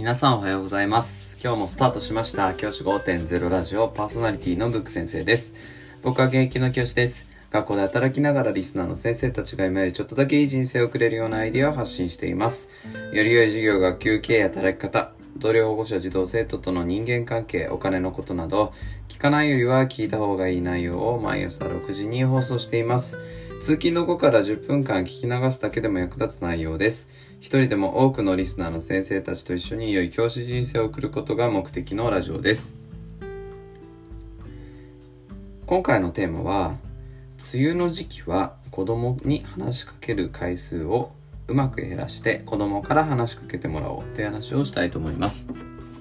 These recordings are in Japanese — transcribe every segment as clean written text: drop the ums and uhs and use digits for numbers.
皆さんおはようございます。今日もスタートしました教師 5.0 ラジオパーソナリティのブック先生です。僕は現役の教師です。学校で働きながらリスナーの先生たちが今よりちょっとだけいい人生を送れるようなアイディアを発信しています。より良い授業、学級経営、働き方、同僚保護者、児童生徒との人間関係、お金のことなど聞かないよりは聞いた方がいい内容を毎朝6時に放送しています。通勤の後から10分間聞き流すだけでも役立つ内容です。一人でも多くのリスナーの先生たちと一緒に良い教師人生を送ることが目的のラジオです。今回のテーマは、梅雨の時期は子供に話しかける回数をうまく減らして子供から話しかけてもらおうという話をしたいと思います。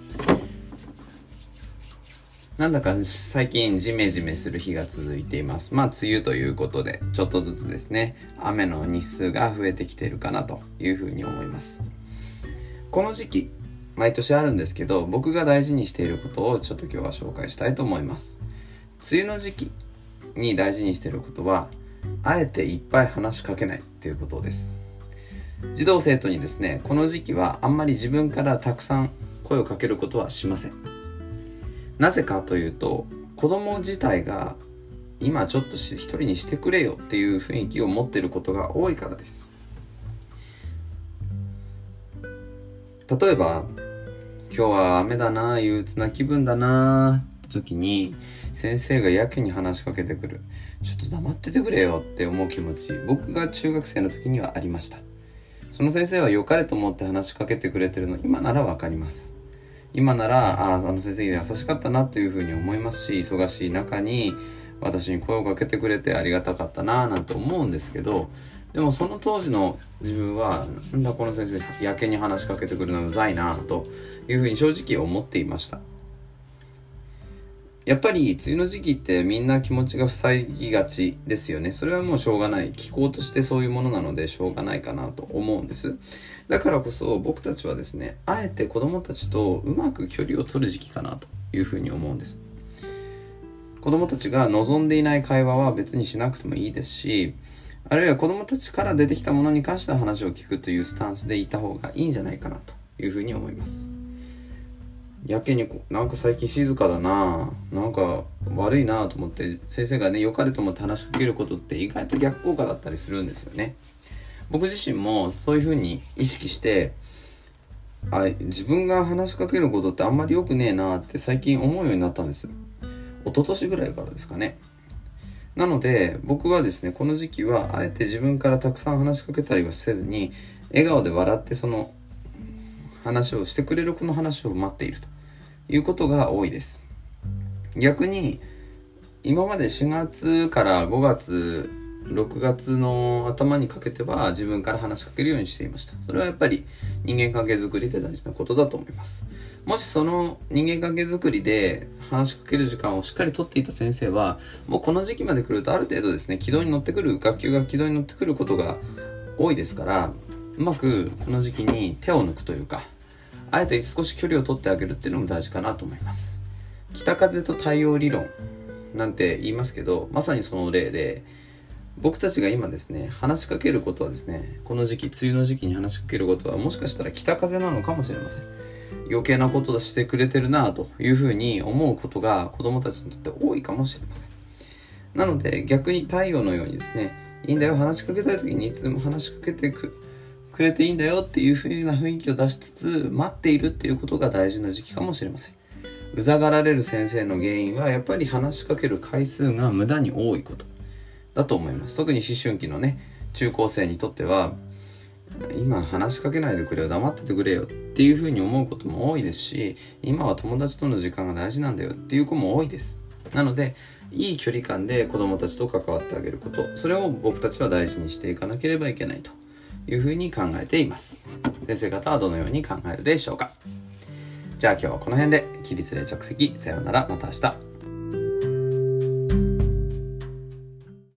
なんだか最近ジメジメする日が続いています。梅雨ということでちょっとずつですね、雨の日数が増えてきているかなというふうに思います。この時期毎年あるんですけど、僕が大事にしていることをちょっと今日は紹介したいと思います。梅雨の時期に大事にしていることは、あえていっぱい話しかけないということです。児童生徒にですね、この時期はあんまり自分からたくさん声をかけることはしません。なぜかというと、子供自体が今ちょっと一人にしてくれよっていう雰囲気を持っていることが多いからです。例えば、今日は雨だな、憂鬱な気分だなって時に先生がやけに話しかけてくる。ちょっと黙っててくれよって思う気持ち、僕が中学生の時にはありました。その先生は良かれと思って話しかけてくれてるの、今ならわかります。今ならあの先生優しかったなというふうに思いますし、忙しい中に私に声をかけてくれてありがたかったななんて思うんですけど、でもその当時の自分は、なんだこの先生やけに話しかけてくるのうざいなというふうに正直思っていました。やっぱり梅雨の時期ってみんな気持ちが塞ぎがちですよね。それはもうしょうがない、気候としてそういうものなのでしょうがないかなと思うんです。だからこそ僕たちはですね、あえて子供たちとうまく距離を取る時期かなというふうに思うんです。子供たちが望んでいない会話は別にしなくてもいいですし、あるいは子供たちから出てきたものに関しては話を聞くというスタンスでいた方がいいんじゃないかなというふうに思います。やけになんか最近静かだな、なんか悪いなと思って先生がね、良かれと思って話しかけることって意外と逆効果だったりするんですよね。僕自身もそういう風に意識して、自分が話しかけることってあんまり良くねえなって最近思うようになったんです。一昨年ぐらいからですかね。なので僕はですね、この時期はあえて自分からたくさん話しかけたりはせずに、笑顔で笑ってその話をしてくれる子の話を待っているということが多いです。逆に今まで4月から5月6月の頭にかけては自分から話しかけるようにしていました。それはやっぱり人間関係づくりで大事なことだと思います。もしその人間関係づくりで話しかける時間をしっかりとっていた先生は、もうこの時期まで来るとある程度ですね、軌道に乗ってくる、学級が軌道に乗ってくることが多いですから、うまくこの時期に手を抜くというか、あえて少し距離を取ってあげるっていうのも大事かなと思います。北風と太陽理論なんて言いますけど、まさにその例で、僕たちが今ですね、話しかけることはですね、この時期、梅雨の時期に話しかけることはもしかしたら北風なのかもしれません。余計なことをしてくれてるなというふうに思うことが子供たちにとって多いかもしれません。なので逆に太陽のようにですね、いいんだよ、話しかけたい時にいつでも話しかけてくれていいんだよっていう風な雰囲気を出しつつ待っているっていうことが大事な時期かもしれません。うざがられる先生の原因はやっぱり話しかける回数が無駄に多いことだと思います。特に思春期のね、中高生にとっては、今話しかけないでくれよ、黙っててくれよっていう風に思うことも多いですし、今は友達との時間が大事なんだよっていう子も多いです。なのでいい距離感で子供たちと関わってあげること、それを僕たちは大事にしていかなければいけないというふうに考えています。先生方はどのように考えるでしょうか。じゃあ今日はこの辺で。起立例着席、さようなら、また明日。